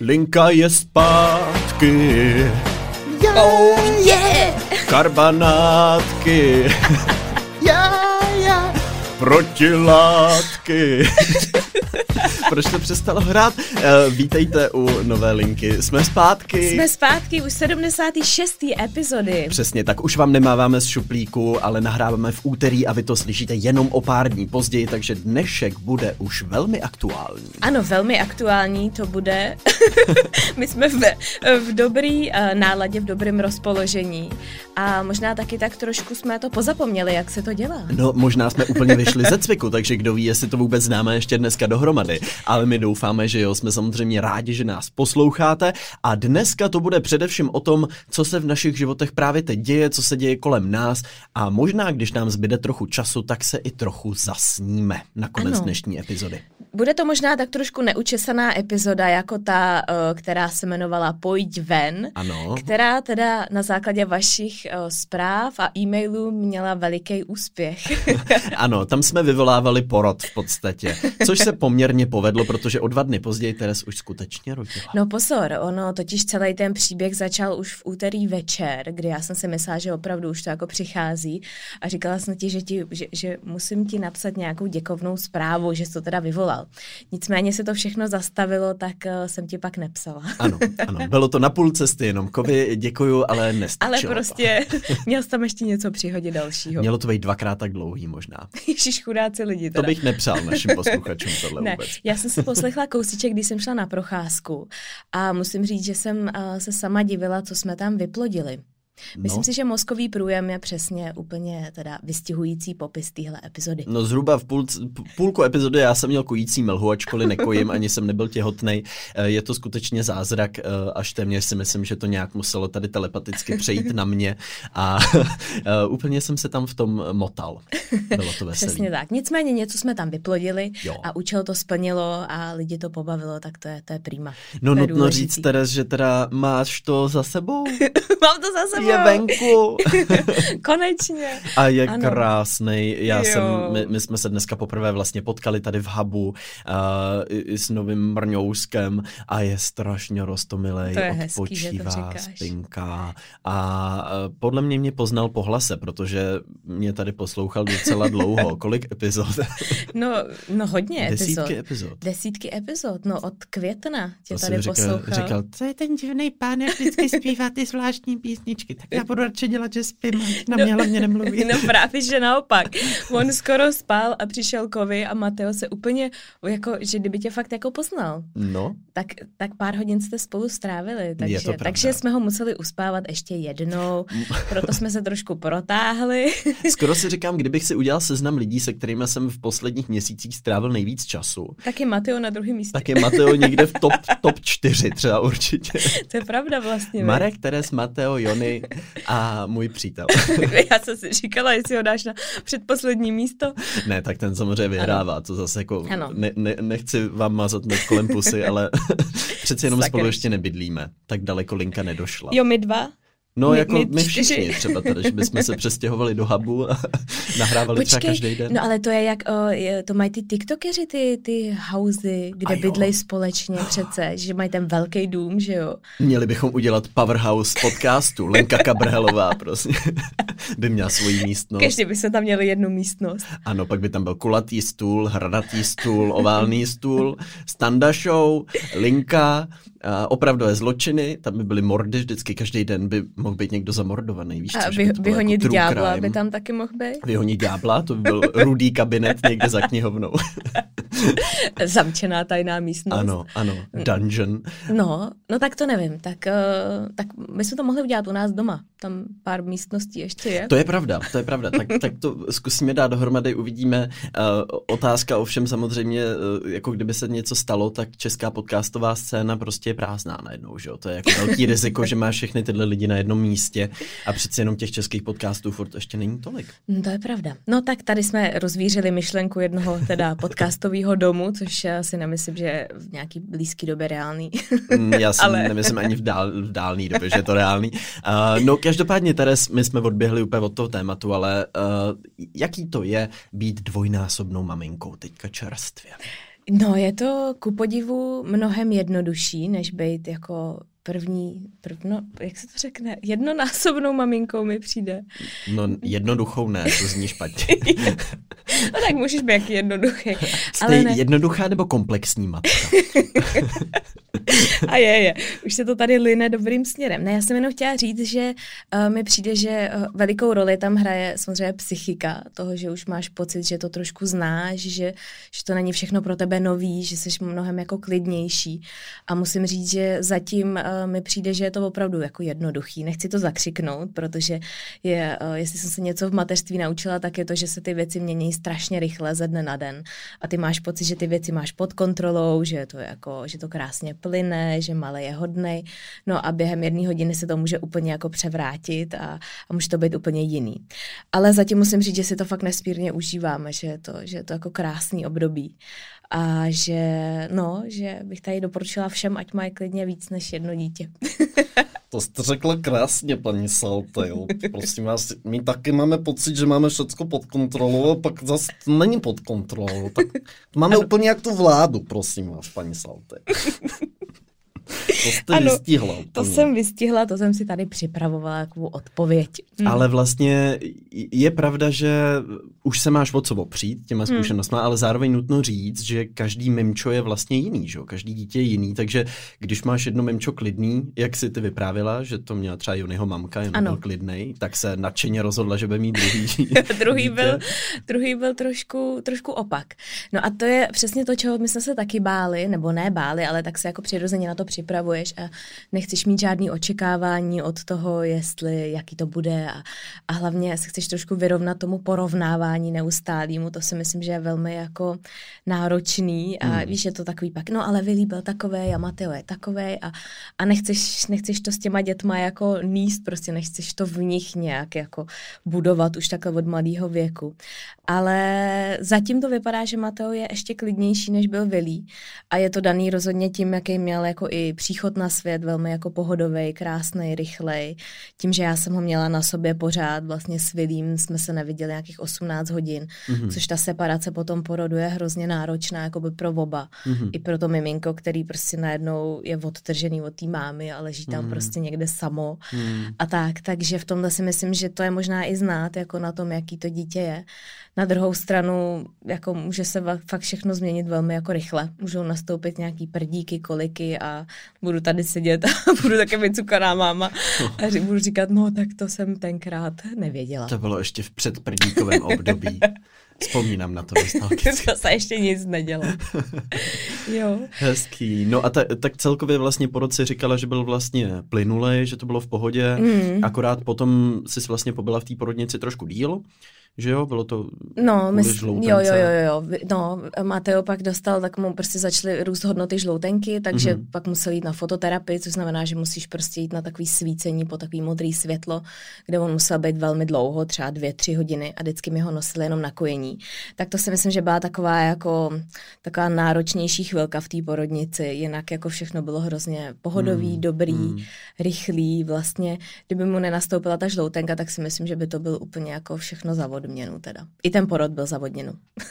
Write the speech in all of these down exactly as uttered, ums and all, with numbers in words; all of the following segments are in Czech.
Linka je zpátky. Oh yeah! Karbanátky. Já, já. Protilátky. Proč to přestalo hrát? Uh, vítejte u nové Linky. Jsme zpátky. Jsme zpátky už sedmdesáté šesté epizody. Přesně, tak už vám nemáváme z šuplíku, ale nahráváme v úterý a vy to slyšíte jenom o pár dní později, takže dnešek bude už velmi aktuální. Ano, velmi aktuální to bude. My jsme v, v dobrý uh, náladě, v dobrém rozpoložení a možná taky tak trošku jsme to pozapomněli, jak se to dělá. No, možná jsme úplně vyšli ze cviku, takže kdo ví, jestli to vůbec známe ještě dneska dohromady. Ale my doufáme, že jo, jsme samozřejmě rádi, že nás posloucháte a dneska to bude především o tom, co se v našich životech právě teď děje, co se děje kolem nás a možná, když nám zbyde trochu času, tak se i trochu zasníme na konec ano. dnešní epizody. Bude to možná tak trošku neučesaná epizoda, jako ta, která se jmenovala Pojď ven, ano. která teda na základě vašich zpráv a e-mailů měla veliký úspěch. Ano, tam jsme vyvolávali porod v podstatě, což se poměrně povedlo, protože o dva dny později Teres už skutečně rodila. No pozor, ono totiž celý ten příběh začal už v úterý večer, kdy já jsem si myslela, že opravdu už to jako přichází a říkala jsem ti, že, ti, že, že musím ti napsat nějakou děkovnou zprávu, že jsi to teda vyvolal. Nicméně se to všechno zastavilo, tak uh, jsem ti pak nepsala. Ano, ano, bylo to na půl cesty jenom. Kovi, děkuju, ale nestačilo. Ale prostě měl jsi tam ještě něco přihodit dalšího. Mělo to být dvakrát tak dlouhý možná. Ježiš, chudáci lidi teda. To bych nepřál našim posluchačům tohle ne, vůbec. Já jsem si poslechla kousíček, když jsem šla na procházku a musím říct, že jsem uh, se sama divila, co jsme tam vyplodili. Myslím no. si, že mozkový průjem je přesně úplně teda vystihující popis téhle epizody. No zhruba v půl, půlku epizody já jsem měl kojící melhu, ačkoliv nekojím, ani jsem nebyl těhotnej. Je to skutečně zázrak, až téměř si myslím, že to nějak muselo tady telepaticky přejít na mě a úplně jsem se tam v tom motal. Bylo to veselý. Přesně tak. Nicméně něco jsme tam vyplodili jo. a účel to splnilo a lidi to pobavilo, tak to je, to je prima. No nutno říct, Teres, že teda máš to za sebou. Mám to za sebou. Je venku. Konečně. A je ano. krásnej. Já jo. jsem, my, my jsme se dneska poprvé vlastně potkali tady v hubu uh, i, i s novým Mrňouskem a je strašně roztomilej, odpočívá, spinká a uh, podle mě mě poznal po hlase, protože mě tady poslouchal docela dlouho. Kolik epizod? no, no hodně epizod. Desítky epizod. Desítky epizod, no od května tě to tady říkal, poslouchal. Říkal, co je ten divnej pán, jak vždycky zpívá ty zvláštní písničky, tak já budu radši dělat, že spím, na mě hlavně nemluví. No právě, že naopak. On skoro spal a přišel Kovy a Mateo se úplně, jako, že kdyby tě fakt jako poznal. No. Tak, tak pár hodin jste spolu strávili, takže, takže jsme ho museli uspávat ještě jednou, proto jsme se trošku protáhli. Skoro si říkám, kdybych si udělal seznam lidí, se kterými jsem v posledních měsících strávil nejvíc času. Tak je Mateo na druhém místě. Tak je Mateo někde v top, top čtyři třeba určitě. To je pravda vlastně. Marek, Teres, Mateo, Jony a můj přítel. Já jsem si říkala, jestli ho dáš na předposlední místo. Ne, tak ten samozřejmě vyhrává, to zase jako ne, ne, nechci vám mazat med kolem pusy, ale přeci jenom spolu ještě nebydlíme, tak daleko Linka nedošla. Jo, my dva? No my, jako my, my všichni třeba tady, že bychom se přestěhovali do hubu a nahrávali Počkej, třeba každý den. No ale to je jak, o, je, to mají ty tiktokeři, ty, ty housey, kde bydlejí společně přece, že mají ten velký dům, že jo. Měli bychom udělat powerhouse podcastu, Lenka Kabrhelová prostě, by měla svoji místnost. Každý by se tam měli jednu místnost. Ano, pak by tam byl kulatý stůl, hranatý stůl, oválný stůl, standa show, Linka, a opravdové zločiny, tam by byly mordy, vždycky každý den by mohl být někdo zamordovaný, víš co? A vy, vyhonit jako ďábla by tam taky mohl být? Vyhonit ďábla, to by byl rudý kabinet někde za knihovnou. Zamčená tajná místnost. Ano, ano, dungeon. No, no tak to nevím, tak, uh, tak my jsme to mohli udělat u nás doma, tam pár místností ještě je. To je pravda, to je pravda, tak, tak to zkusíme dát dohromady, uvidíme. Uh, otázka ovšem samozřejmě, uh, jako kdyby se něco stalo, tak česká podcastová scéna prostě je prázdná najednou, že jo, to je jako velký riziko, že máš všechny tyhle lidi na jednom místě a přeci jenom těch českých podcastů furt ještě není tolik. No, to je pravda. No tak tady jsme rozvířili myšlenku jednoho teda podcastového domu, což si nemyslím, že je v nějaký blízký době reálný. Já si ale... nemyslím ani v, dál, v dálný době, že je to reálný. Uh, no každopádně, Teres, my jsme odběhli úplně od toho tématu, ale uh, jaký to je být dvojnásobnou maminkou teďka čerstvě? No, je to ku podivu mnohem jednodušší, než být jako první, prvno, jak se to řekne, jednonásobnou maminkou mi přijde. No jednoduchou ne, to zní špatně. No tak můžeš být jaký jednoduchý. Jste ale ne... jednoduchá nebo komplexní matka? A je, je. Už se to tady line dobrým směrem. Ne, já jsem jenom chtěla říct, že uh, mi přijde, že uh, velikou roli tam hraje samozřejmě psychika toho, že už máš pocit, že to trošku znáš, že, že to není všechno pro tebe nový, že jsi mnohem jako klidnější. A musím říct, že zatím uh, mi přijde, že je to opravdu jako jednoduchý. Nechci to zakřiknout, protože je, uh, jestli jsem se něco v mateřství naučila, tak je to, že se ty věci mění strašně rychle ze dne na den. A ty máš pocit, že ty věci máš pod kontrolou, že to, jako, že to krásně plyne, že malý je hodnej, no a během jedné hodiny se to může úplně jako převrátit a, a může to být úplně jiný. Ale zatím musím říct, že si to fakt nesmírně užíváme, že je to, že je to jako krásný období a že, no, že bych tady doporučila všem, ať mají klidně víc než jedno dítě. To jste řekla krásně, paní Salte, jo. Prosím vás, my taky máme pocit, že máme všecko pod kontrolou a pak zase to není pod kontrolou. Tak to máme ano. Úplně jak tu vládu, prosím vás, paní Salte. To jste ano, vystihla. To jsem vystihla, to jsem si tady připravovala jako odpověď. Hmm. Ale vlastně je pravda, že už se máš o co opřít těma zkušenostmi, hmm. ale zároveň nutno říct, že každý mimčo je vlastně jiný, že? Každý dítě je jiný, takže když máš jedno mimčo klidný, jak si ty vyprávila, že to měla třeba Jonyho mamka, jen byl klidnej, tak se nadšeně rozhodla, že bude mít druhý druhý, byl, druhý byl trošku, trošku opak. No a to je přesně to, čeho my jsme se taky báli, nebo ne báli, ale tak se jako přirozeně na to připravuješ a nechceš mít žádný očekávání od toho, jestli, jaký to bude a, a hlavně se chceš trošku vyrovnat tomu porovnávání neustálému, to si myslím, že je velmi jako náročný a hmm. víš, je to takový pak, no ale Vilí byl takovej a Mateo je takovej a, a nechceš, nechceš to s těma dětma jako níst, prostě nechceš to v nich nějak jako budovat už takhle od mladého věku. Ale zatím to vypadá, že Mateo je ještě klidnější, než byl Vilí a je to daný rozhodně tím, jaký měl jako i příchod na svět, velmi jako pohodovej, krásnej, rychlej. Tím, že já jsem ho měla na sobě pořád, vlastně s Vilím jsme se neviděli nějakých osmnáct hodin, mm-hmm. což ta separace po tom porodu je hrozně náročná jako by pro oba. Mm-hmm. I pro to miminko, který prostě najednou je odtržený od té mámy a leží tam mm-hmm. prostě někde samo mm-hmm. a tak. Takže v tomhle si myslím, že to je možná i znát jako na tom, jaký to dítě je. Na druhou stranu jako může se fakt všechno změnit velmi jako rychle. Můžou nastoupit nějaký prdíky, koliky a budu tady sedět a budu také vycukaná máma a budu říkat, no tak to jsem tenkrát nevěděla. To bylo ještě v předprdíkovém období. Vzpomínám na to. To se ještě nic nedělo. Jo. Hezký. No a ta, tak celkově vlastně po roce říkala, že byl vlastně plynulej, že to bylo v pohodě, mm. akorát potom jsi vlastně pobyla v té porodnici trošku díl. Že jo, bylo to no, mys- jo, jo, jo, jo, no, Mateo pak dostal, tak mu prostě začaly růst hodnoty žloutenky, takže mm-hmm. pak musel jít na fototerapii, což znamená, že musíš prostě jít na takový svícení po takový modrý světlo, kde on musel být velmi dlouho, třeba dvě, tři hodiny a vždycky mi ho nosili jenom na kojení. Tak to si myslím, že byla taková jako taková náročnější chvilka v té porodnici, jinak jako všechno bylo hrozně pohodový, mm, dobrý, mm. rychlý, vlastně, kdyby mu nenastoupila ta žloutenka, tak si myslím, že by to byl úplně jako všechno zavod odměnu teda. I ten porod byl za odměnu.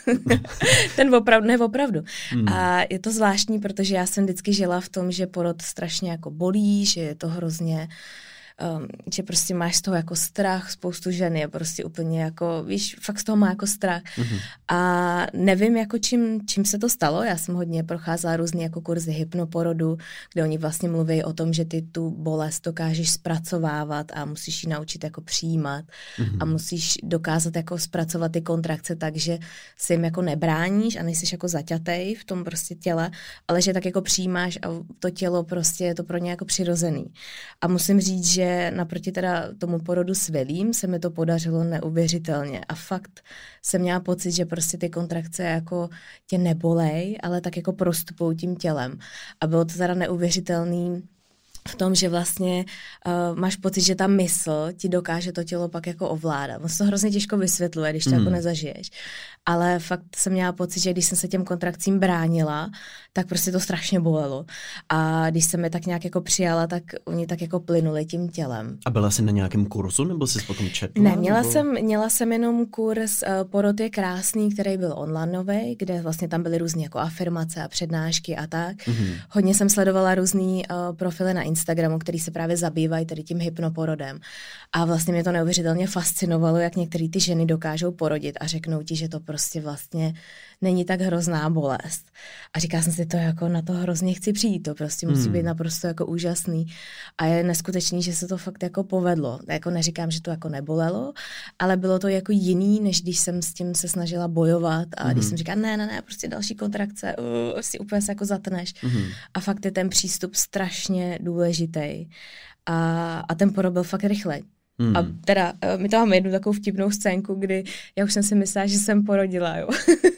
Ten opravdu, ne opravdu. Hmm. A je to zvláštní, protože já jsem vždycky žila v tom, že porod strašně jako bolí, že je to hrozně Um, že prostě máš z toho jako strach, spoustu žen je prostě úplně jako, víš, fakt z toho má jako strach. Mm-hmm. A nevím jako čím, čím se to stalo, já jsem hodně procházela různý jako kurzy hypnoporodu, kde oni vlastně mluví o tom, že ty tu bolest dokážeš zpracovávat a musíš ji naučit jako přijímat mm-hmm. a musíš dokázat jako zpracovat ty kontrakce tak, že si jim jako nebráníš a nejsiš jako zaťatej v tom prostě těle, ale že tak jako přijímáš a to tělo prostě je to pro ně jako přirozený. A musím říct, že naproti teda tomu porodu s Vilím se mi to podařilo neuvěřitelně a fakt jsem měla pocit, že prostě ty kontrakce jako tě nebolej, ale tak jako prostupou tím tělem. A bylo to teda neuvěřitelný, v tom, že vlastně uh, máš pocit, že ta mysl ti dokáže to tělo pak jako ovládat. On se to hrozně těžko vysvětluje, když to mm. jako nezažiješ. Ale fakt jsem měla pocit, že když jsem se těm kontrakcím bránila, tak prostě to strašně bolelo. A když jsem je tak nějak jako přijala, tak oni tak jako plynuli tím tělem. A byla jsi na nějakém kurzu, nebo jsi potom četla? Ne, měla, nebo... jsem, měla jsem jenom kurz uh, Porod je krásný, který byl onlineový, kde vlastně tam byly různé jako afirmace a přednášky a tak. Mm-hmm. Hodně jsem sledovala různý uh, profily na Instagramu, který se právě zabývají tady tím hypnoporodem. A vlastně mě to neuvěřitelně fascinovalo, jak některé ty ženy dokážou porodit a řeknou ti, že to prostě vlastně není tak hrozná bolest. A říkala jsem si to jako na to hrozně chci přijít, to prostě musí hmm. být naprosto jako úžasný. A je neskutečný, že se to fakt jako povedlo. Jako neříkám, že to jako nebolelo, ale bylo to jako jiný, než když jsem s tím se snažila bojovat a hmm. když jsem říkala, ne, ne, ne, prostě další kontrakce, uh, si úplně se jako zatneš. Hmm. A fakt je ten přístup strašně důležitý. A, a ten porod byl fakt rychlej. Hmm. A teda my to máme jednu takovou vtipnou scénku, kdy já už jsem si myslela, že jsem porodila, jo.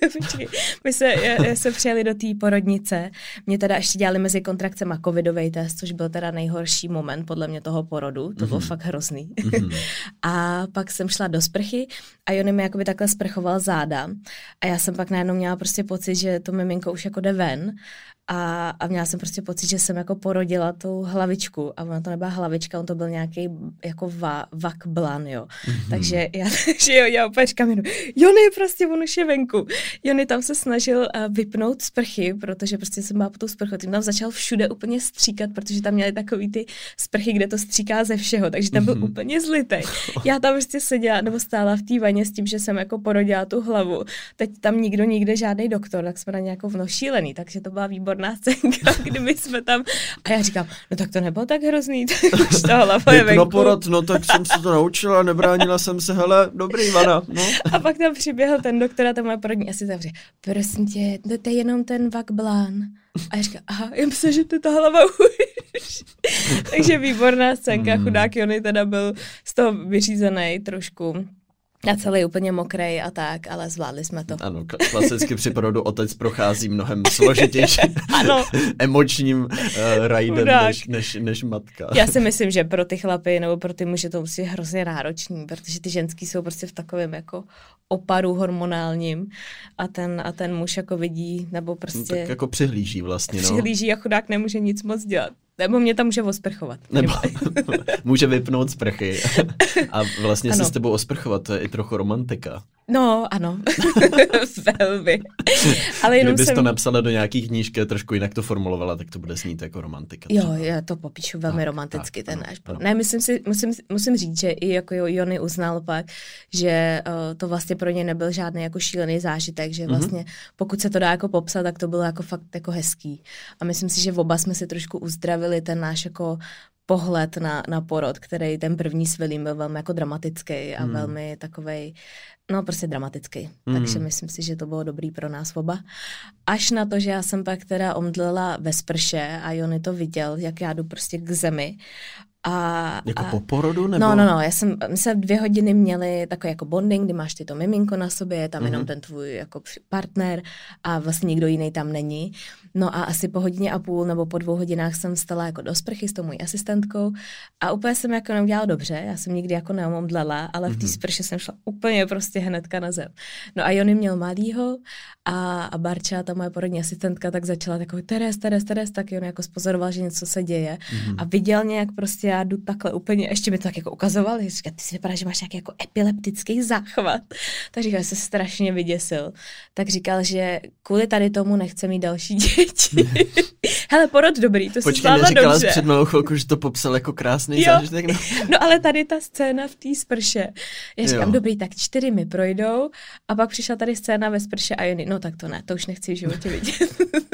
my se, se přijeli do té porodnice, mě teda ještě dělali mezi kontrakcema covidový test, což byl teda nejhorší moment podle mě toho porodu, to bylo mm-hmm. fakt hrozný. Mm-hmm. A pak jsem šla do sprchy a Jony mi jakoby takhle sprchoval záda a já jsem pak najednou měla prostě pocit, že to miminko už jako jde ven. A, a měla jsem prostě pocit, že jsem jako porodila tu hlavičku a ona to nebyla hlavička, on to byl nějaký jako va, vakblan, jo. Mm-hmm. Takže já, že jo, já opět říkám jenom, Jony, prostě on už je venku. Jony tam se snažil uh, vypnout sprchy, protože prostě jsem byla po tou sprchu, tím tam začal všude úplně stříkat, protože tam měli takový ty sprchy, kde to stříká ze všeho, takže tam byl mm-hmm. úplně zlitej. Já tam prostě seděla nebo stála v té vaně s tím, že jsem jako porodila tu hlavu. Teď tam nikdo, nikde žádný doktor, tak jsme na nějakou vnošílený, takže to byla výborná scénka, kdyby jsme tam... A já říkám, no tak to nebylo tak hrozný, tak už ta hlava je venku. Porod, no tak jsem se to naučila, nebránila jsem se, hele, dobrý, Vana. No. A pak tam přiběhl ten doktor a ta moje porodní asi zavře, prosím tě, to je jenom ten vakblán. A já říkám, aha, já myslím, že to je ta hlava už. Takže výborná scénka, mm. chudák Jony teda byl z toho vyřízený trošku. A celý úplně mokrej a tak, ale zvládli jsme to. Ano, klasicky při porodu otec prochází mnohem složitějším emočním uh, rajdem než, než, než matka. Já si myslím, že pro ty chlapy nebo pro ty muže to musí být hrozně náročný, protože ty ženský jsou prostě v takovém jako oparu hormonálním a ten, a ten muž jako vidí, nebo prostě... No, tak jako přihlíží vlastně, no. Přihlíží a chudák nemůže nic moc dělat. Nebo mě tam může osprchovat. Nebo může vypnout sprchy a vlastně ano. se s tebou osprchovat, to je i trochu romantika. No, ano. Velmi. Ale jenom Kdybys jsem... to napsala do nějakých knížky, trošku jinak to formulovala, tak to bude znít jako romantika. Jo, já to popíšu velmi tak, romanticky, tak, ten náš. Ano. Ne, myslím si, musím, musím říct, že i jako Jony uznal pak, že uh, to vlastně pro ně nebyl žádný jako šílený zážitek, že vlastně mm-hmm. pokud se to dá jako popsat, tak to bylo jako fakt jako hezký. A myslím si, že oba jsme si trošku uzdravili ten náš jako pohled na, na porod, který ten první s Vilím byl velmi jako dramatický a hmm. velmi takovej, no prostě dramatický. Hmm. Takže myslím si, že to bylo dobrý pro nás oba. Až na to, že já jsem pak teda omdlela ve sprše a Jony to viděl, jak já jdu prostě k zemi. A, jako a, po porodu? Nebo? No, no, no, já jsem, my jsme dvě hodiny měli takový jako bonding, kdy máš ty to miminko na sobě, je tam mm-hmm. jenom ten tvůj jako partner a vlastně nikdo jiný tam není. No a asi po hodině a půl nebo po dvou hodinách jsem vstala jako do sprchy s tou mojí asistentkou a úplně jsem jako neudělala dobře, já jsem nikdy jako neomdlela, ale v té sprše jsem šla úplně prostě hnedka na zem. No a Jony měl malýho a, a Barča, ta moje porodní asistentka, tak začala takový Teres, Teres, Teres, tak Jony jako spozoroval, že něco se děje mm-hmm. a viděl nějak prostě já jdu takhle úplně, ještě mi to tak jako ukazoval, říká, ty si vypadá, že máš nějaký jako epileptický záchvat. Tak říkal, že se strašně vyděsil. Tak říkal, že kvůli tady tomu nechce mít další děti. Hele, porod dobrý, to si zvládla dobře. Počkej, neříkala jsi před malou chvilku, že to popsal jako krásný zážitek. No. no ale tady ta scéna v té sprše. Já říkám, jo. dobrý, tak čtyři mi projdou a pak přišla tady scéna ve sprše a Jony, no tak to ne, to už nechci v životě vidět.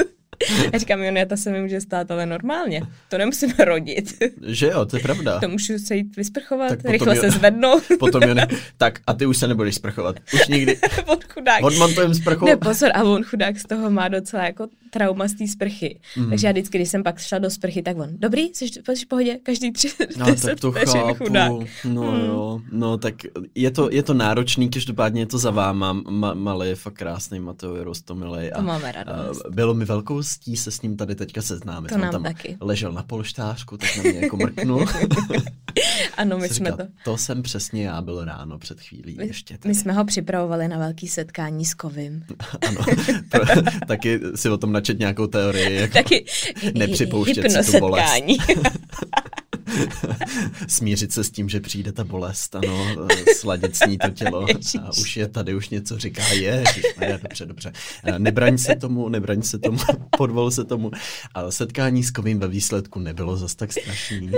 Já říkám, Joneta se mi může stát, ale normálně. To nemusíme rodit. Že jo, to je pravda. To můžu se jít vysprchovat, rychle jo, se zvednout. Potom Jony, tak a ty už se nebudeš sprchovat. Už nikdy. On chudák. Odmontujem sprchu. Ne, pozor, a on chudák z toho má docela jako trauma z té sprchy. Mm. Takže já vždycky, když jsem pak šla do sprchy, tak on, dobrý, jsi, jsi v pohodě, každý tři, no, deset to vteřin, chudák. No mm. jo, no tak je to, je to náročný, každopádně je to za váma, Ma, Malý je fakt krásný, Mateo je rostomilej. To máme radost. Bylo mi velkou ctí se s ním tady teďka seznámit. To On nám tam taky. ležel na polštářku, tak na mě jako mrknul. Ano, my jsme říkal, to. To jsem přesně já byl ráno před chvílí My, ještě. Tady. my jsme ho připravovali na velký setkání s Kovim. Ano, pro, taky si o tom načet nějakou teorii, jak taky nepřipouštět si tu bolest. hypnosetkání. Smířit se s tím, že přijde ta bolest, ano, sladit s ní to tělo a už je tady, už něco říká, je, dobře, dobře. Nebraň se tomu, nebraň se tomu, podvol se tomu, ale setkání s Kovým ve výsledku nebylo zas tak strašný.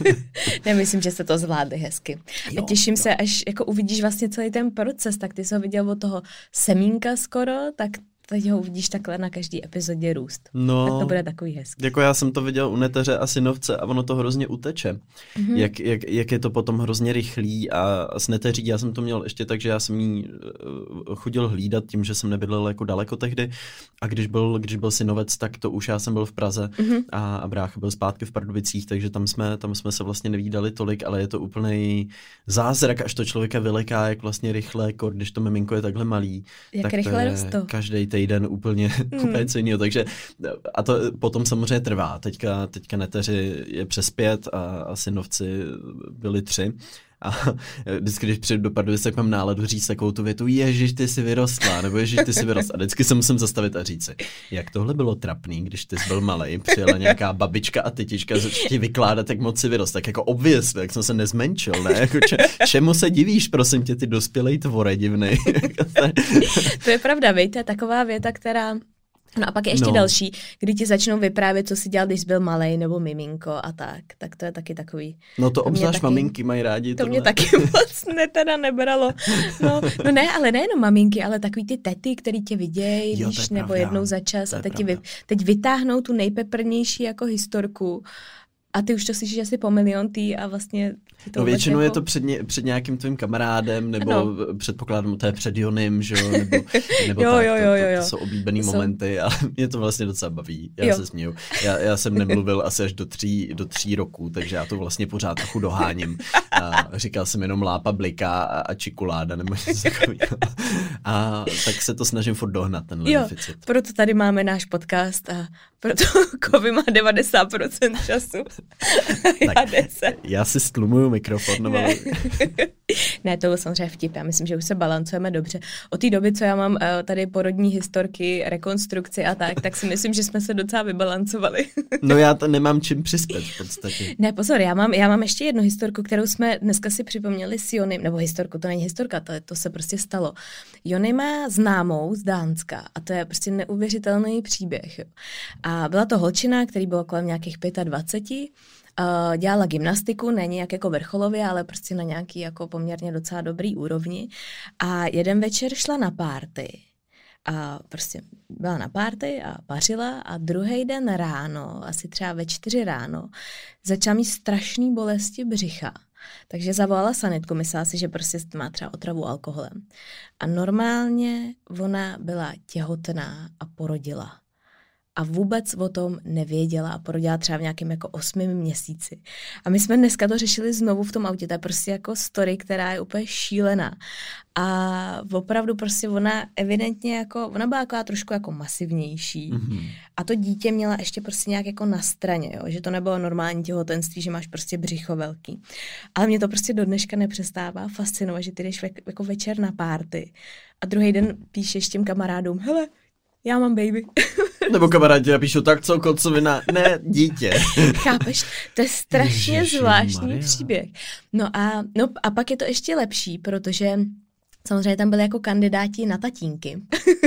Ne, myslím, že se to zvládli hezky. Jo, a těším jo. se, až jako uvidíš vlastně celý ten proces, tak ty jsi ho viděl od toho semínka skoro, tak teď ho uvidíš takhle na každý epizodě růst. No, tak to bude takový hezký. Jako já jsem to viděl u Neteře a Synovce a ono to hrozně uteče. Mm-hmm. Jak, jak, jak je to potom hrozně rychlý a, a s Neteří já jsem to měl ještě tak, že já jsem jí uh, chodil hlídat tím, že jsem nebydlel jako daleko tehdy a když byl, když byl Synovec, tak to už já jsem byl v Praze mm-hmm. a, a brácha byl zpátky v Pardubicích, takže tam jsme, tam jsme se vlastně nevídali tolik, ale je to úplný zázrak, až to člověka vyleká, jak vlastně rychle, jako když to miminko je takhle malý. Jak tak rychle rostou. Každý týden úplně, mm. úplně co jiného, takže a to potom samozřejmě trvá. Teďka, teďka Neteři je přes pět a, a Synovci byli tři. A vždycky, když přijdu do Pardubic, tak mám náladu říct takovou tu větu, ježiš, ty jsi vyrostla, nebo ježiš, ty jsi vyrostla. A vždycky se musím zastavit a říct si, jak tohle bylo trapný, když ty jsi byl malej, přijela nějaká babička a tetička začala ti vykládat, jak moc si vyrost. Tak jako obvěsli, jak jsem se nezmenšil, ne? Jako če, čemu se divíš, prosím tě, ty dospělej tvore divnej. To je pravda, víš, to je taková věta, která... No a pak je ještě no. další, kdy ti začnou vyprávět, co jsi dělal, když jsi byl malej nebo miminko a tak. Tak to je taky takový. No to, to obzvlášť taky, maminky mají rádi. To tohle. mě taky moc ne, teda nebralo. No, no ne, ale nejenom maminky, ale takový ty tety, který tě vidějí, jo, víš, nebo pravda. jednou za čas a teď, ti vy, pravda. teď vytáhnou tu nejpeprnější jako historku. A ty už to slyšíš asi po milion tý a vlastně... No většinou jako... je to před, ně, před nějakým tvým kamarádem, nebo ano. předpokládám, to je před Jonem, že jo, nebo, nebo jo, tak, jo, to, jo, to, jo. to jsou oblíbený to momenty, jsou... ale mě to vlastně docela baví, já jo. se směju. Já, já jsem nemluvil asi až do tří, do tří roků, takže já to vlastně pořád trochu doháním. A říkal jsem jenom lápa, bliká a, a čikuláda, nebo něco takového. A tak se to snažím furt dohnat, tenhle jo, deficit. Proto tady máme náš podcast a proto Kovy má devadesát procent času. já deset. Já si stlumuju mikrofon. Nebo... Ne. ne, to byl samozřejmě vtip. Já myslím, že už se balancujeme dobře. Od té doby, co já mám uh, tady porodní historky, rekonstrukci a tak, tak si myslím, že jsme se docela vybalancovali. No já to nemám čím přispět v podstatě. Ne, pozor, já mám, já mám ještě jednu historku, kterou jsme dneska si připomněli s Jonym, nebo historku, to není historka, to, to se prostě stalo. Jony má známou z Dánska a to je prostě neuvěřitelný příběh. Jo. A byla to holčina, který byl kolem nějakých dvacet pět, Uh, dělala gymnastiku, ne nějak jako vrcholově, ale prostě na nějaký jako poměrně docela dobrý úrovni. A jeden večer šla na párty. A prostě byla na párty a pařila a druhý den ráno, asi třeba ve čtyři ráno, začala mít strašný bolesti břicha. Takže zavolala sanitku, myslela si, že prostě má třeba otravu alkoholem. A normálně ona byla těhotná a porodila. A vůbec o tom nevěděla a porodila třeba v nějakém jako osmém měsíci. A my jsme dneska to řešili znovu v tom autě. To je prostě jako story, která je úplně šílená. A opravdu prostě ona evidentně jako, ona byla jako trošku jako masivnější. Mm-hmm. A to dítě měla ještě prostě nějak jako na straně, jo? Že to nebylo normální těhotenství, že máš prostě břicho velký. Ale mě to prostě do dneška nepřestává fascinovat, že ty jdeš ve, jako večer na párty a druhý den píšeš těm kamarádům, hele, já mám baby. Nebo kamarádi napíšou, tak co, kocovina, ne, dítě. Chápeš? To je strašně Ježiši zvláštní Maria. příběh. No a, no a pak je to ještě lepší, protože samozřejmě tam byli jako kandidáti na tatínky,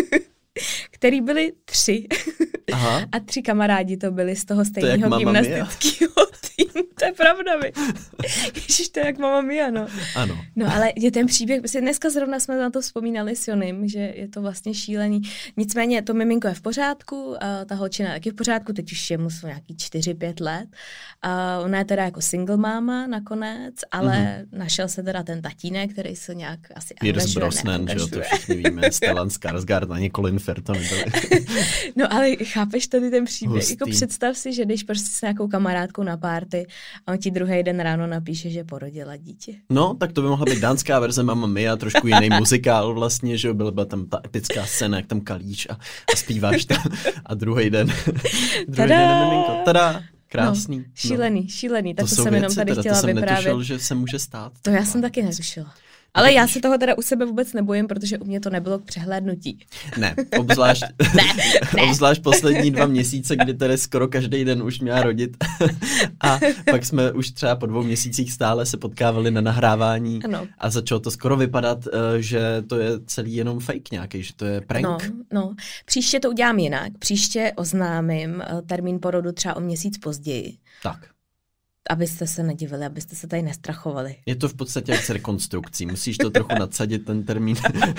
který byli tři. Aha. A tři kamarádi to byli z toho To stejného gymnastického týmu. To je pravda, vy. Ježiš, to je jak Mamma Mia, no. Ano. No ale je ten příběh, prostě dneska zrovna jsme na to vzpomínali s Jonym, že je to vlastně šílený. Nicméně to miminko je v pořádku, a ta holčina je taky v pořádku, teď už je mu jsou nějaký čtyři pět let. A ona je teda jako single máma nakonec, ale mm-hmm. našel se teda ten tatínek, který se nějak asi Pierce Brosnan, že jo, to všichni víme, Stellan Skarsgård, ani Colin Firth to nebyli. No ale chápeš tady ten příběh, Hustý. Jako představ si, že jdeš prostě s nějakou kamarádkou na párty a on ti druhý den ráno napíše, že porodila dítě. No, tak to by mohla být dánská verze Mamma Mia, trošku jiný muzikál vlastně, že jo, byla, byla tam ta epická scéna, jak tam kalíš a, a zpíváš tam a druhý den, druhý den je miminko. Tada! Krásný. No, šílený, no. šílený, tak to, to jsem jenom tady teda, chtěla to jsem vyprávět. netušil, že se může stát. To já jsem taky netušila. Ale já se toho teda u sebe vůbec nebojím, protože u mě to nebylo k přehlédnutí. Ne, obzvlášť, ne, ne. obzvlášť poslední dva měsíce, kdy tady skoro každý den už měla rodit. A pak jsme už třeba po dvou měsících stále se potkávali na nahrávání ano. a začalo to skoro vypadat, že to je celý jenom fake nějaký, že to je prank. No, no. Příště to udělám jinak. Příště oznámím termín porodu třeba o měsíc později. Tak. Abyste se nedivili, abyste se tady nestrachovali. Je to v podstatě jak s rekonstrukcí. Musíš to trochu nadsadit, ten termín.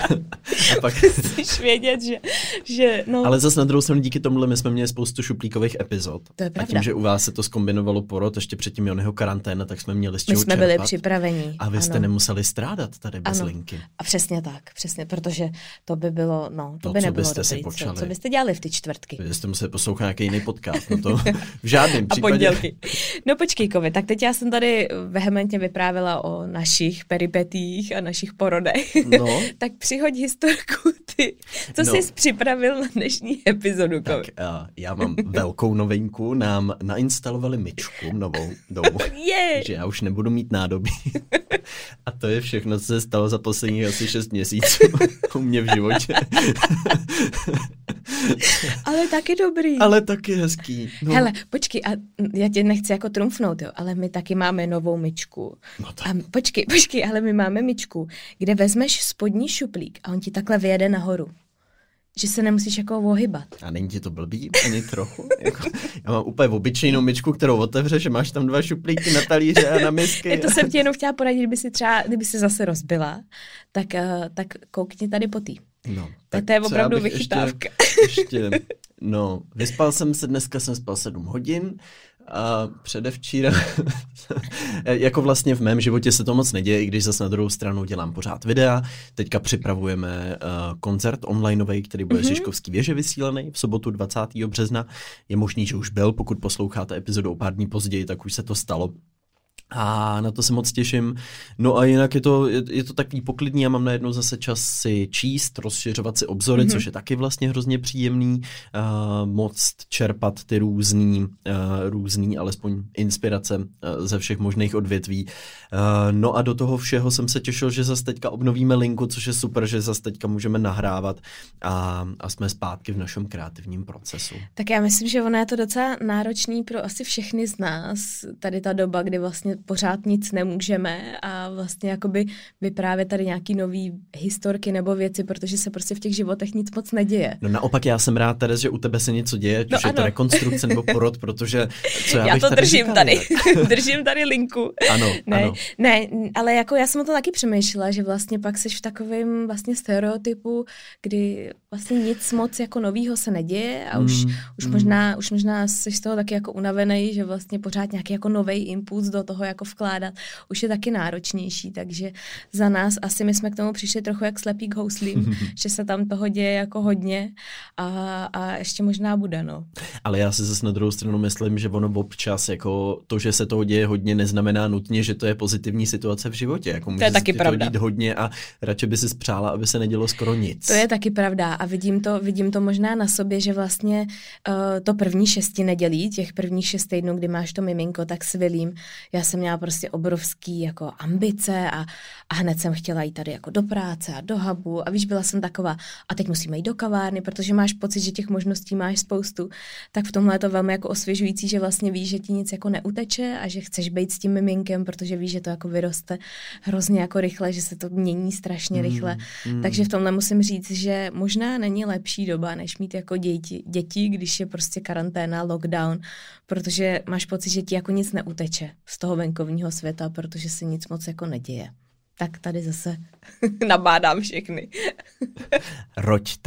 A pak... Musíš vědět, že... že no. Ale zase na druhou stranu díky tomuhle my jsme měli spoustu šuplíkových epizod. To je pravda. A tím, že u vás se to zkombinovalo porod, ještě předtím Jonyho karanténa, tak jsme měli z čeho My jsme čerpat. byli připraveni. A vy jste ano. nemuseli strádat tady bez ano. linky. A přesně tak, přesně, protože to by bylo, no, to no, by co nebylo byste dobrý. si počali? Co, co byste dělali v ty čtvrtky? Vy jste museli poslouchat nějaký jiný podcast. No to v žádném A případě. pondělky. No počkej, Kovi, tak teď já jsem tady vehementně vyprávěla o našich peripetích a našich porodech. No. Tak přihoď historku ty. Co no. jsi připravil na dnešní epizodu, Kovi? Tak uh, já mám velkou novinku. Nám nainstalovali myčku novou domů. Je. Takže já už nebudu mít nádobí. A to je všechno, co se stalo za posledních asi šest měsíců u mě v životě. Ale taky dobrý. Ale taky hezký. No. Hele, počkej, a já tě nechci jako trumfnout, jo, ale my taky máme novou myčku. No tak. A počkej, počkej, ale my máme myčku, kde vezmeš spodní šuplík a on ti takhle vyjede nahoru. Že se nemusíš jako ohybat. A není ti to blbý? Ani trochu? Jako, já mám úplně obyčejnou myčku, kterou otevřeš, že máš tam dva šuplíky na talíře a na misky. To jsem ti jenom chtěla poradit, kdyby si třeba, kdyby si zase rozbila, tak, uh, tak koukni tady po tý. No, tak to je opravdu vychytávka. Ještě, ještě, no, vyspal jsem se, dneska jsem spal sedm hodin a předevčíra, jako vlastně v mém životě se to moc neděje, i když zase na druhou stranu dělám pořád videa. Teďka připravujeme uh, koncert onlineový, který bude mm-hmm. z Žižkovský věže vysílený v sobotu dvacátého března. Je možný, že už byl, pokud posloucháte epizodu o pár dní později, tak už se to stalo. A na to se moc těším. No a jinak je to, je, je to takový poklidný, já mám najednou zase čas si číst, rozšiřovat si obzory, mm-hmm. což je taky vlastně hrozně příjemný, uh, moc čerpat ty různý, uh, různý alespoň inspirace uh, ze všech možných odvětví. Uh, no a do toho všeho jsem se těšil, že zase teďka obnovíme linku, což je super, že zase teďka můžeme nahrávat a, a jsme zpátky v našem kreativním procesu. Tak já myslím, že ono je to docela náročný pro asi všechny z nás, tady ta doba, kdy vlastně pořád nic nemůžeme a vlastně jakoby vyprávět tady nějaký nový historky nebo věci, protože se prostě v těch životech nic moc neděje. No naopak já jsem rád, Teres, že u tebe se něco děje, ať no už je to rekonstrukce nebo porod, protože co já, já bych to tady držím říkal, tady, držím tady linku. Ano, ne, ano. Ne, ale jako já jsem o to taky přemýšlela, že vlastně pak seš v takovém vlastně stereotypu, kdy vlastně nic moc jako novýho se neděje a už, mm, už, mm. možná, už možná seš z toho taky jako unavený, že vlastně pořád nějaký jako novej impuls do toho jako vkládat, už je taky náročnější, takže za nás asi my jsme k tomu přišli trochu jak slepý k houslím, že se tam toho děje jako hodně a, a ještě možná bude, no. Ale já si zase na druhou stranu myslím, že ono občas jako to, že se toho děje hodně, neznamená nutně, že to je pozitivní situace v životě. Jako může to je taky se pravda. To dít hodně a radši by si spřála, aby se nedělo skoro nic. To je taky pravda a vidím to, vidím to možná na sobě, že vlastně uh, to první šesti nedělí, těch prvních šest týdnů, kdy máš to miminko, tak s Vilím, já se jsem měla prostě obrovský jako ambice a, a hned jsem chtěla jít tady jako do práce a do hubu a víš, byla jsem taková a teď musíme jít do kavárny, protože máš pocit, že těch možností máš spoustu, tak v tomhle je to velmi jako osvěžující, že vlastně víš, že ti nic jako neuteče a že chceš být s tím miminkem, protože víš, že to jako vyroste hrozně jako rychle, že se to mění strašně mm, rychle. Mm. Takže v tomhle musím říct, že možná není lepší doba, než mít jako děti, děti, když je prostě karanténa, lockdown, protože máš pocit, že ti jako nic neuteče z toho venkovního světa, protože se nic moc jako neděje. Tak tady zase nabádám všechny. Roďte.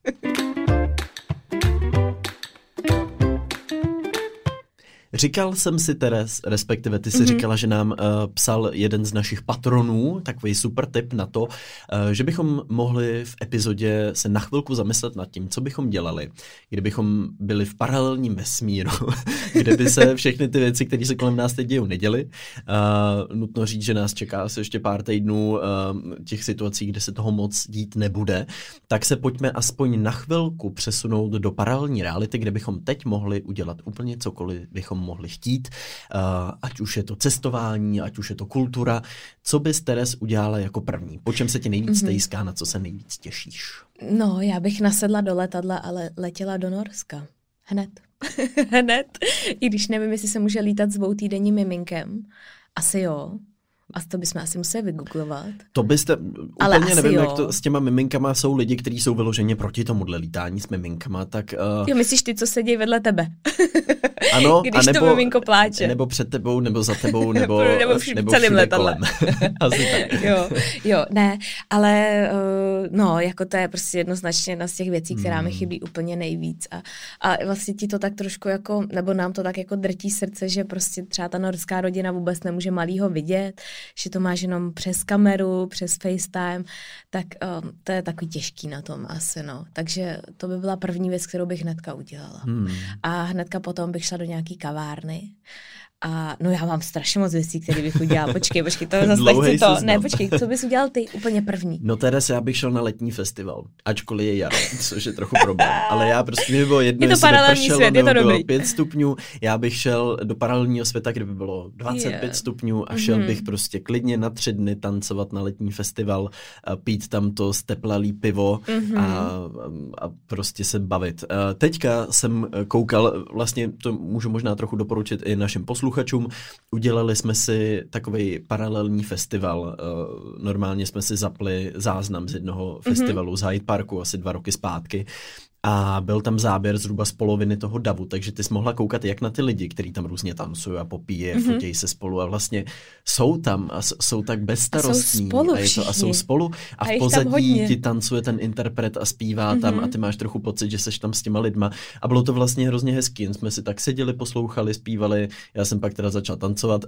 Říkal jsem si, Teres, respektive ty si mm-hmm. říkala, že nám uh, psal jeden z našich patronů, takový super tip na to, uh, že bychom mohli v epizodě se na chvilku zamyslet nad tím, co bychom dělali, kdybychom byli v paralelním vesmíru, kde by se všechny ty věci, které se kolem nás teď dějou, neděly. Uh, nutno říct, že nás čeká asi ještě pár týdnů uh, těch situací, kde se toho moc dít nebude, tak se pojďme aspoň na chvilku přesunout do paralelní reality, kde bychom teď mohli udělat úplně cokoliv bychom mohli chtít, uh, ať už je to cestování, ať už je to kultura. Co bys, Teres, udělala jako první? Po čem se ti nejvíc mm-hmm. tejská, na co se nejvíc těšíš? No, já bych nasedla do letadla, ale letěla do Norska. Hned. Hned. I když nevím, jestli se může lítat s dvoutýdenním miminkem. Asi jo. A to bychom asi museli vygooglovat. To byste, úplně nevím, jo. jak to s těma miminkama jsou lidi, kteří jsou vyloženě proti tomuhle lítání s miminkama, tak... Uh... Jo, myslíš ty, co sedí vedle tebe? Ano, když a nebo, to miminko pláče. Nebo před tebou, nebo za tebou, nebo, nebo, vš- nebo celým letadlem. Asi tak. jo, jo, ne, ale uh, no, jako to je prostě jednoznačně jedna z těch věcí, která hmm. mi chybí úplně nejvíc. A, a vlastně ti to tak trošku jako, nebo nám to tak jako drtí srdce, že prostě třeba ta norská rodina vůbec nemůže malýho vidět, že to máš jenom přes kameru, přes FaceTime, tak um, to je takový těžký na tom asi, no. Takže to by byla první věc, kterou bych hnedka udělala. Hmm. A hnedka potom bych šla do nějaký kavárny. A no já mám strašně moc věcí, které bych udělala. Počkej, počkej, to zase nechci to. Ne, počkej, co bys udělal ty úplně první? No Teres, já bych šel na letní festival, ačkoliv je jaro, což je trochu problém. Ale já prostě mi bylo jedno, je to jestli paralelní vypršelo, svět, je to dobrý. pět stupňů, já bych šel do paralelního světa, kde by bylo dvacet pět yeah. stupňů a šel mm-hmm. bych prostě klidně na tři dny tancovat na letní festival, a pít tam to steplalý pivo mm-hmm. a, a prostě se bavit. Teďka jsem koukal, vlastně to můžu možná trochu doporučit i našim posluchačům, udělali jsme si takovej paralelní festival. Normálně jsme si zapli záznam z jednoho mm-hmm. festivalu z Hyde Parku asi dva roky zpátky. A byl tam záběr zhruba z poloviny toho davu, takže ty jsi mohla koukat jak na ty lidi, kteří tam různě tancují a popíjí, mm-hmm. fotějí se spolu a vlastně jsou tam a jsou tak bezstarostní. A jsou spolu a, je to, a jsou spolu a, a v pozadí ti tancuje ten interpret a zpívá mm-hmm. tam a ty máš trochu pocit, že seš tam s těma lidma a bylo to vlastně hrozně hezký, jen jsme si tak seděli, poslouchali, zpívali, já jsem pak teda začal tancovat,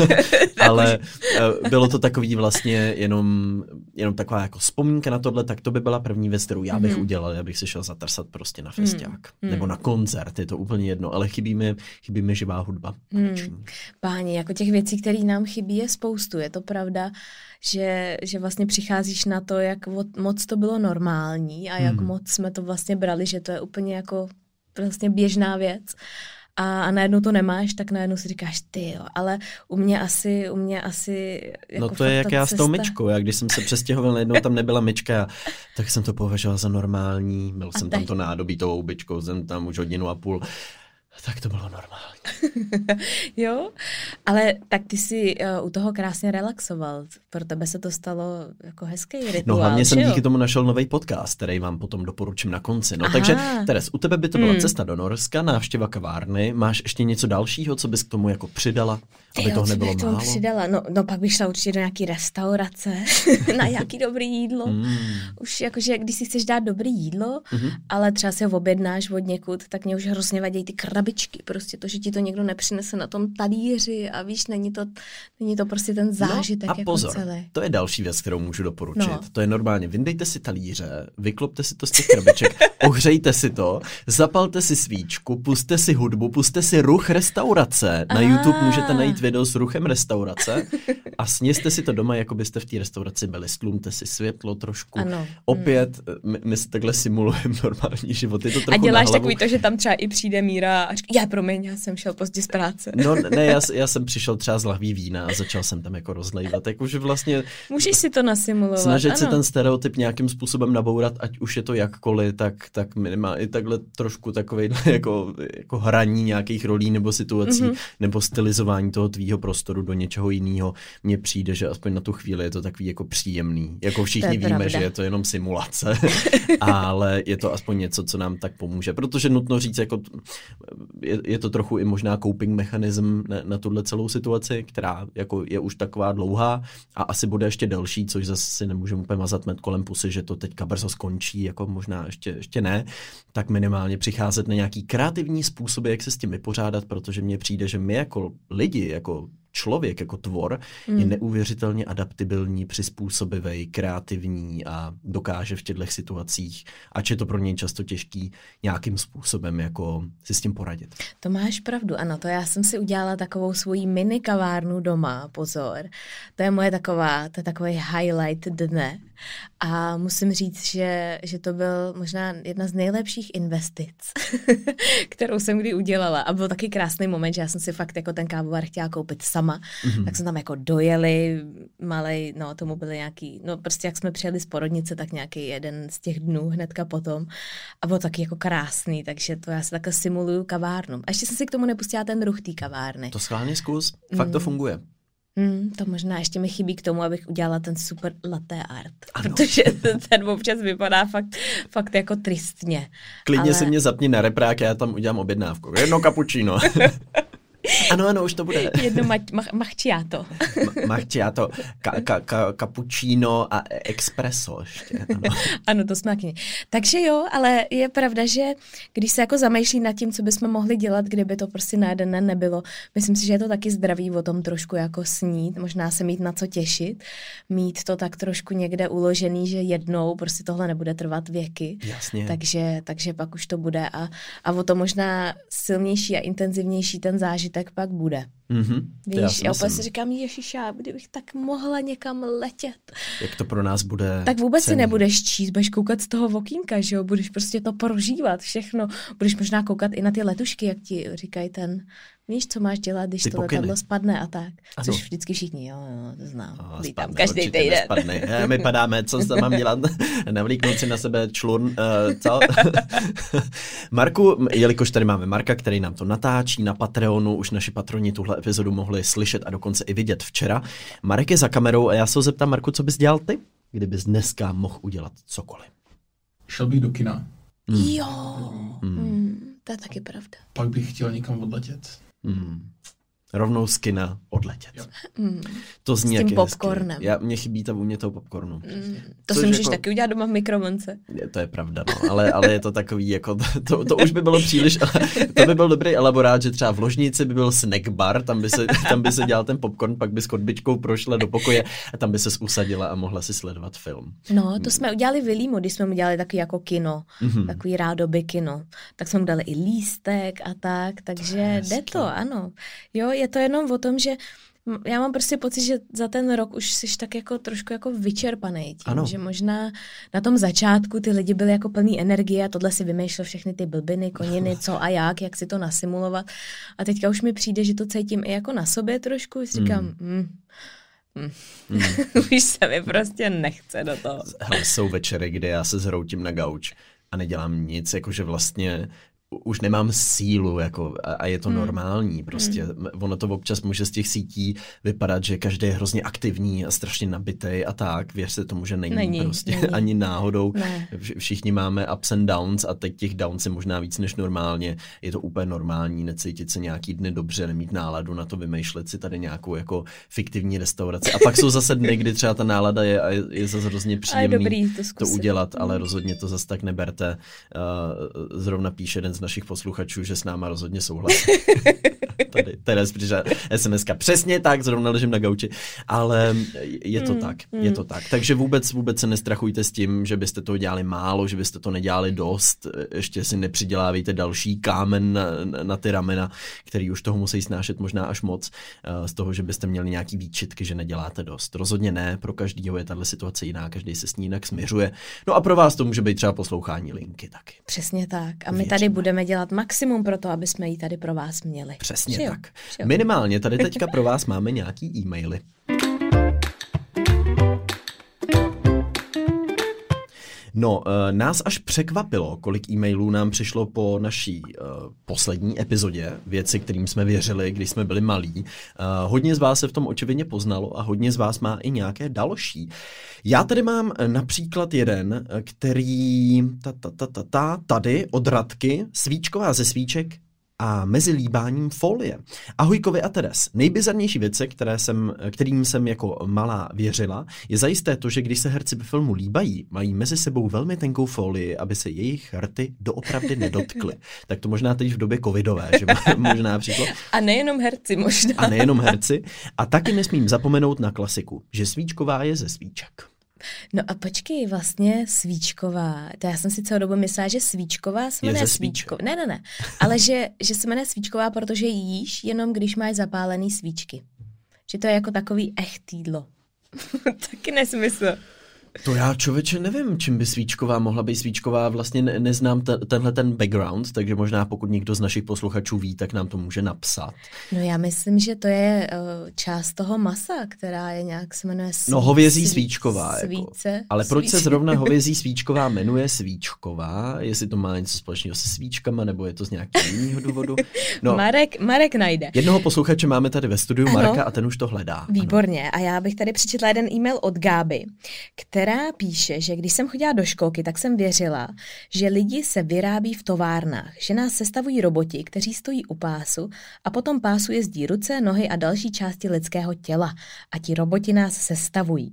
ale bylo to takový vlastně jenom, jenom taková jako vzpomínka na tohle, tak to by byla první věc, kterou já bych mm-hmm. udělal, já bych si šel zatrsat prostě na festiák. Hmm. Nebo na koncert, je to úplně jedno, ale chybí mi, chybí mi živá hudba. Hmm. Páni, jako těch věcí, které nám chybí, je spoustu. Je to pravda, že, že vlastně přicházíš na to, jak moc to bylo normální a jak hmm. moc jsme to vlastně brali, že to je úplně jako vlastně běžná věc. A, a najednou to nemáš, tak najednou si říkáš ty jo, ale u mě asi, u mě asi jako no to je jak já cesta... s tou myčkou, já když jsem se přestěhoval, najednou tam nebyla myčka, tak jsem to považoval za normální, byl jsem tam to nádobí tou houbičkou, jsem tam už hodinu a půl, tak to bylo normální. Jo, ale tak ty jsi uh, u toho krásně relaxoval. Pro tebe se to stalo jako hezký rituál. No hlavně jsem jo? díky tomu našel nový podcast, který vám potom doporučím na konci. No Aha. takže Teres, u tebe by to byla hmm. cesta do Norska, návštěva kavárny. Máš ještě něco dalšího, co bys k tomu jako přidala, aby jo, toho nebylo málo? Přidala? No, no pak bych šla určitě do nějaký restaurace, na nějaký dobrý jídlo. Hmm. Už jakože, když si chceš dát dobrý jídlo, hmm. ale třeba si ho objednáš od někud, tak mě už hrozně vadí ty krabičky. Prostě to, že ti to někdo nepřinese na tom talíři a víš, není to, není to prostě ten zážitek no a jako pozor, celý. To je další věc, kterou můžu doporučit. No. To je normálně, vyndejte si talíře, vyklopte si to z těch krabiček, ohřejte si to, zapalte si svíčku, puste si hudbu, puste si ruch restaurace. Na ah. YouTube můžete najít video s ruchem restaurace a sněste si to doma, jako byste v té restauraci byli. Stlumte si světlo trošku. Ano. Opět, hmm. my, my si takhle simulujeme normální život. Je to trochu a děláš takový to, že tam třeba i přijde Míra a říká, já promiň, já jsem šel pozdě z práce. No ne, já, já jsem přišel třeba z lahví vína a začal jsem tam jako rozlejvat, jakože vlastně... Můžeš si to nasimulovat, snažit ano. si ten stereotyp nějakým způsobem nabourat, ať už je to jakkoliv, tak, tak minimálně i takhle trošku takovej jako, jako hraní nějakých rolí nebo situací, mm-hmm. nebo stylizování toho tvýho prostoru do něčeho jiného. Mně přijde, že aspoň na tu chvíli je to takový jako příjemný. Jako všichni víme, pravda. Že je to jenom simulace, ale je to aspoň něco, co nám tak pomůže. Protože nutno říct, jako je, je to trochu i možná coping mechanism na, na tuhle celou situaci, která jako je už taková dlouhá a asi bude ještě delší, což zase si nemůžeme úplně mazat med kolem pusy, že to teďka brzo skončí, jako možná ještě, ještě ne, tak minimálně přicházet na nějaký kreativní způsoby, jak se s tím vypořádat, protože mně přijde, že my jako lidi, jako člověk, jako tvor, mm. je neuvěřitelně adaptibilní, přizpůsobivý, kreativní a dokáže v těchto situacích, ač je to pro něj často těžký, nějakým způsobem jako si s tím poradit. To máš pravdu, ano, to já jsem si udělala takovou svoji mini kavárnu doma, pozor. To je moje taková, to je takový highlight dne. A musím říct, že, že to byl možná jedna z nejlepších investic, kterou jsem kdy udělala. A byl taky krásný moment, že já jsem si fakt jako ten kávovar chtěla koupit sama. Mm-hmm. Tak jsme tam jako dojeli, malej, no tomu byly nějaký, no prostě jak jsme přijeli z porodnice, tak nějaký jeden z těch dnů hnedka potom. A bylo taky jako krásný, takže to já si takhle simuluju kavárnu. A ještě jsem si k tomu nepustila ten ruch té kavárny. To schválně zkus, fakt mm. to funguje. Hmm, to možná ještě mi chybí k tomu, abych udělala ten super latte art, ano. Protože ten, ten občas vypadá fakt, fakt jako tristně. Klidně ale... si mě zapni na reprák, já tam udělám objednávku. Jedno cappuccino. Ano, ano, už to bude. Jedno ma- ma- macchiato. Ma- macchiato, ka- ka- ka- cappuccino a espresso ještě. Ano. Ano, to smakně. Takže jo, ale je pravda, že když se jako zamýšlí nad tím, co bychom mohli dělat, kdyby to prostě na jeden den nebylo, myslím si, že je to taky zdravý o tom trošku jako snít, možná se mít na co těšit, mít to tak trošku někde uložený, že jednou prostě tohle nebude trvat věky. Jasně. Takže, takže pak už to bude a, a o to možná silnější a intenzivnější ten zážitek pak bude. Mm-hmm. Víš, já opět si říkám, ježiša, kdybych tak mohla někam letět. Jak to pro nás bude tak vůbec cenný. Si nebudeš číst, budeš koukat z toho okýnka, že jo, budeš prostě to prožívat všechno, budeš možná koukat i na ty letušky, jak ti říkají ten, víš, co máš dělat, když ty to pokyny. Letadlo spadne a tak, ano. Což vždycky všichni, jo, jo, to znám, no, lítám každý týden. My padáme, co se mám dělat, navlíknout si na sebe člun, uh, co? Marku, jelikož tady máme Marka, který nám to natáčí na Patreonu, už naši patroni tuhle epizodu mohli slyšet a dokonce i vidět včera. Marek je za kamerou a já se ho zeptám, Marku, co bys dělal ty, kdybys dneska mohl udělat cokoliv? Šel bych do kina. Mm. Jo, mm. Mm, to je taky pravda. Pak bych chtěl někam odletět. Mm. Rovnou z kina odletět. Mm. To zní s tím jak popcornem. Já, mě chybí ta vůně toho popcornu. Mm. To si můžeš jako... taky udělat doma v mikrovlnce. Je, to je pravda, no, ale, ale je to takový, jako, to, to už by bylo příliš, ale to by byl dobrý elaborát, že třeba v ložnici by byl snack bar, tam by se, tam by se dělal ten popcorn, pak by s chodbičkou prošla do pokoje a tam by ses usadila a mohla si sledovat film. No, to jsme udělali v Vilímu, když jsme udělali takový jako kino, mm-hmm. takový rádoby kino. Tak jsme mu dali i lístek a tak, takže to jde to, ano. Jo, je to jenom o tom, že já mám prostě pocit, že za ten rok už jsi tak jako trošku jako vyčerpaný tím, ano. Že možná na tom začátku ty lidi byli jako plný energie a tohle si vymýšlel všechny ty blbiny, koniny, co a jak, jak si to nasimulovat. A teďka už mi přijde, že to cítím i jako na sobě trošku, si říkám, mm. Mm, mm. Mm. Už se mi prostě nechce do toho. Hele, jsou večery, kdy já se zhroutím na gauč a nedělám nic, jakože vlastně už nemám sílu jako, a je to hmm. normální prostě. Hmm. Ono to občas může z těch sítí vypadat, že každý je hrozně aktivní a strašně nabitej a tak. Věřte tomu, že není, není prostě není. Ani náhodou. Ne. Všichni máme ups and downs a teď těch downs je možná víc než normálně. Je to úplně normální necítit se nějaký dny dobře, nemít náladu na to vymýšlet si tady nějakou jako fiktivní restauraci. A pak jsou zase dny, kdy třeba ta nálada je a je, je zase hrozně příjemný dobrý, to, to udělat, ale rozhodně to zase tak neberte. Uh, zrovna píše jeden z našich posluchačů, že s náma rozhodně souhlasí. Tady Teres přišla es em eska. Přesně tak, zrovna ležím na gauči. Ale je to mm, tak, mm. je to tak. Takže vůbec, vůbec se nestrachujte s tím, že byste to dělali málo, že byste to nedělali dost. Ještě si nepřidělávejte další kámen na, na ty ramena, který už toho musí snášet možná až moc. Z toho, že byste měli nějaký výčitky, že neděláte dost. Rozhodně ne, pro každýho je tahle situace jiná, každý se s ní jinak směřuje. No a pro vás to může být třeba poslouchání linky taky. Přesně tak. A my Věříme. Tady budeme budeme dělat maximum pro to, aby jsme ji tady pro vás měli. Přesně Že jo? tak. Že jo? Minimálně tady teďka pro vás máme nějaký e-maily. No, nás až překvapilo, kolik e-mailů nám přišlo po naší uh, poslední epizodě, věci, kterým jsme věřili, když jsme byli malí. Uh, hodně z vás se v tom očividně poznalo a hodně z vás má i nějaké další. Já tady mám například jeden, který ta, ta, ta, ta, ta, tady od Radky, svíčková ze svíček a mezi líbáním folie. Ahojkovi a Teres. Nejbizarnější věci, které jsem, kterým jsem jako malá věřila, je zajisté to, že když se herci ve filmu líbají, mají mezi sebou velmi tenkou folii, aby se jejich rty doopravdy nedotkly. Tak to možná teď v době covidové, že možná přišlo. A nejenom herci možná. A nejenom herci. A taky nesmím zapomenout na klasiku, že svíčková je ze svíček. No a počkej, vlastně svíčková, to já jsem si celou dobu myslela, že svíčková se jmenuje svíčková. Ne, ne, ne, ale že, že se jmenuje svíčková, protože jíš jenom, když máš zapálený svíčky. Že to je jako takový echt jídlo. Taky nesmysl. To já, člověče, nevím, čím by svíčková mohla být svíčková, vlastně ne, neznám te, tenhle ten background, takže možná pokud někdo z našich posluchačů ví, tak nám to může napsat. No já myslím, že to je uh, část toho masa, která je nějak se jmenuje sví, No hovězí sví, svíčková. Svíce, jako. Ale proč svíce. se zrovna hovězí svíčková jmenuje svíčková? Jestli to má něco společného se svíčkama, nebo je to z nějakého jiného důvodu? No, Marek, Marek najde. Jednoho posluchače máme tady ve studiu, Ano. Marka, a ten už to hledá. Výborně. Ano. A já bych tady přečetla jeden e-mail od Gáby, která píše, že když jsem chodila do školky, tak jsem věřila, že lidi se vyrábí v továrnách, že nás sestavují roboti, kteří stojí u pásu a potom pásu jezdí ruce, nohy a další části lidského těla a ti roboti nás sestavují.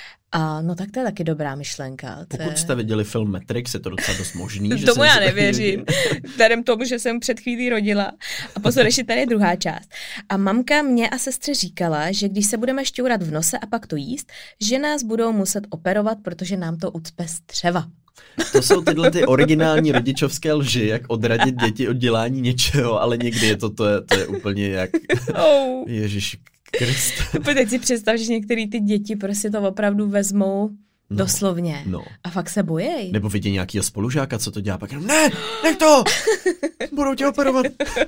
A no tak to je taky dobrá myšlenka. To Pokud je... jste viděli film Matrix, je to docela dost možný. Že Tomu jsem já si nevěřím. Vzhledem tomu, že jsem před chvílí rodila. A pozor, ještě tady je druhá část. A mamka mě a sestře říkala, že když se budeme šťourat v nose a pak to jíst, že nás budou muset operovat, protože nám to ucpe střeva. To jsou tyhle ty originální rodičovské lži, jak odradit děti od dělání něčeho, ale někdy je to, to, je, to je úplně jak... Oh. Ježiš Kriste. Teď si představ, že některé ty děti prostě to opravdu vezmou No, doslovně. no. A fakt se bojejí. Nebo vidí nějakýho spolužáka, co to dělá, pak jenom ne, nech to, budou tě operovat.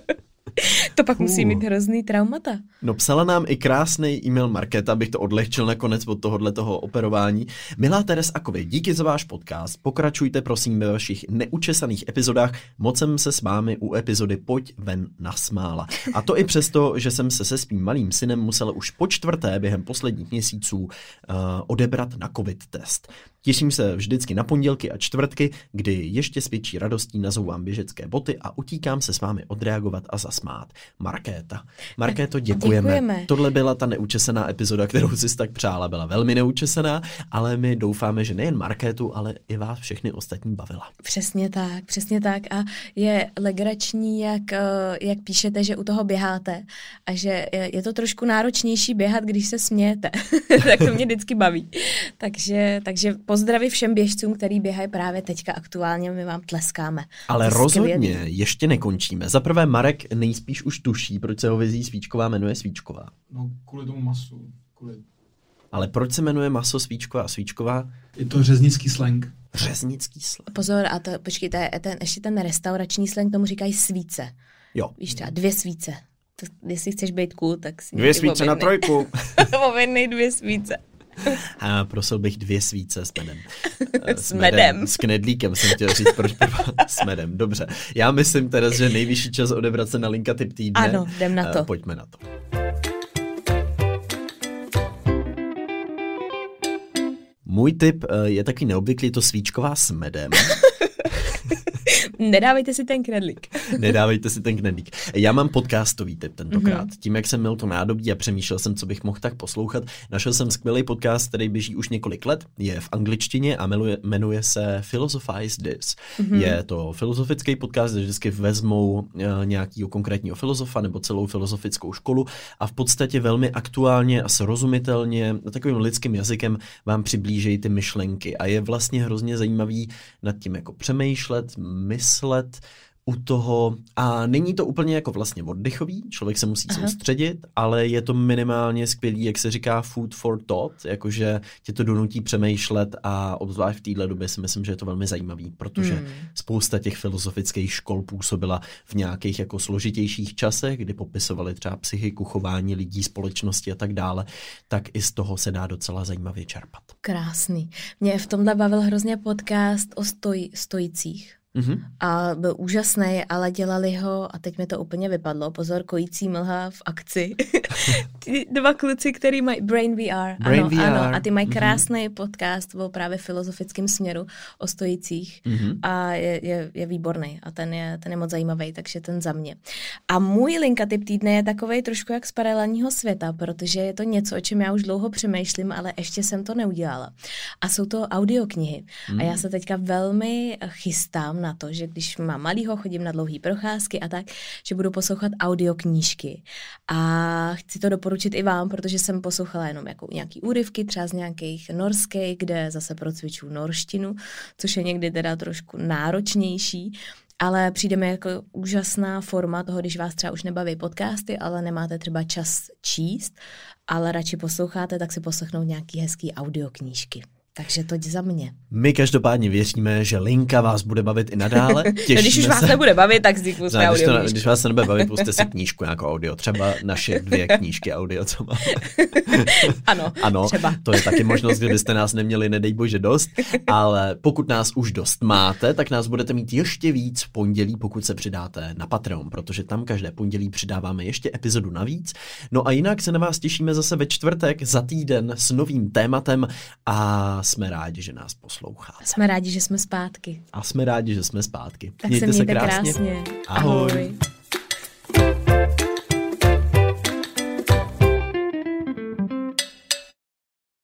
To pak Fuh. musí mít hrozný traumata. No, psala nám i krásný e-mail Markéta, abych to odlehčil nakonec od tohohle toho operování. Milá Teres Akovi, díky za váš podcast. Pokračujte prosím ve vašich neučesaných epizodách. Moc jsem se s vámi u epizody Pojď ven nasmála. A to i přesto, že jsem se se svým malým synem musel už po čtvrté během posledních měsíců uh, odebrat na covid test. Těším se vždycky na pondělky a čtvrtky, kdy ještě s větší radostí nazouvám běžecké boty a utíkám se s vámi odreagovat a zasmát. Markéta. Markéto, děkujeme. Děkujeme. Tohle byla ta neučesaná epizoda, kterou jsi tak přála. Byla velmi neučesaná, ale my doufáme, že nejen Markétu, ale i vás všechny ostatní bavila. Přesně tak, přesně tak. A je legrační, jak, jak píšete, že u toho běháte a že je to trošku náročnější běhat, když se smějete. Tak to mě vždycky baví. Takže, takže pozdraví všem běžcům, který běhají právě teďka aktuálně, my vám tleskáme. Ale To rozhodně skvělý. ještě nekončíme. Za prvé Marek nejspíš už tuší, proč se hovězí svíčková jmenuje svíčková. No, kvůli tomu masu. Kvůli... Ale proč se jmenuje maso svíčková? Svíčková? Je to řeznický slang. Řeznický slang. Pozor, a to, počkejte, ten, ještě ten restaurační slang, tomu říkají svíce. Jo. Víš třeba dvě svíce. To, jestli chceš být cool, tak si Dvě někdy svíce na objednej. trojku. Objednej dvě svíce. A prosil bych dvě svíce s medem. S medem. S knedlíkem jsem chtěl říct, proč s medem. Dobře. Já myslím teda, že nejvyšší čas odebrat se na linka tip týdne. Ano, jdem na to. Uh, pojďme na to. Můj tip uh, je taky neobvyklý, je to svíčková s medem. Nedávejte si ten knedlík. Nedávejte si ten knedlík. Já mám podcastový tip tentokrát. Mm-hmm. Tím, jak jsem měl to nádobí a přemýšlel jsem, co bych mohl tak poslouchat, našel jsem skvělý podcast, který běží už několik let, je v angličtině a jmenuje, jmenuje se Philosophize This. Mm-hmm. Je to filozofický podcast, kde vždycky vezmou uh, nějakého konkrétního filozofa nebo celou filozofickou školu a v podstatě velmi aktuálně a srozumitelně takovým lidským jazykem vám přiblížejí ty myšlenky a je vlastně hrozně zajímavý nad tím jako přemýšlet, myslet, u toho, a není to úplně jako vlastně oddechový, člověk se musí Aha. soustředit, ale je to minimálně skvělý, jak se říká food for thought, jakože tě to donutí přemýšlet a obzvlášť v téhle době si myslím, že je to velmi zajímavý, protože hmm. spousta těch filozofických škol působila v nějakých jako složitějších časech, kdy popisovali třeba psychiku, chování lidí, společnosti a tak dále, tak i z toho se dá docela zajímavě čerpat. Krásný. Mě v tomhle bavil hrozně podcast o stoj, stojicích. Mm-hmm. A byl úžasný, ale dělali ho, a teď mi to úplně vypadlo, pozor, kojící mlha v akci. Ty dva kluci, který mají Brain V R. Brain ano, V R. ano, a ty mají krásný mm-hmm. podcast o právě filozofickém směru, o stojících mm-hmm. a je, je, je výborný a ten je, ten je moc zajímavý, takže ten za mě. A můj linkatyp týdne je takovej trošku jak z paralelního světa, protože je to něco, o čem já už dlouho přemýšlím, ale ještě jsem to neudělala. A jsou to audioknihy. Mm. A já se teďka velmi chystám na to, že když mám malýho, chodím na dlouhý procházky a tak, že budu poslouchat audioknížky. A chci to doporučit i vám, protože jsem poslouchala jenom jako nějaký úryvky, třeba z nějakých norských, kde zase procvičuju norštinu, což je někdy teda trošku náročnější, ale přijde mi jako úžasná forma toho, když vás třeba už nebaví podcasty, ale nemáte třeba čas číst, ale radši posloucháte, tak si poslechnout nějaký hezký audioknížky. Takže to za mě. My každopádně věříme, že Linka vás bude bavit i nadále. No, když už vás se... nebude bavit, tak si pusťte no, audio. Když, když vás se nebude bavit, puste si knížku nějakou audio. Třeba naše dvě knížky audio, co máme. Ano, ano, třeba. To je taky možnost, kdybyste nás neměli, nedej bože, dost. Ale pokud nás už dost máte, tak nás budete mít ještě víc v pondělí, pokud se přidáte na Patreon, protože tam každé pondělí přidáváme ještě epizodu navíc. No a jinak se na vás těšíme zase ve čtvrtek za týden s novým tématem a jsme rádi, že nás posloucháte. Jsme rádi, že jsme zpátky. A jsme rádi, že jsme zpátky. Tak mějte se mějte se krásně. krásně. Ahoj. Ahoj.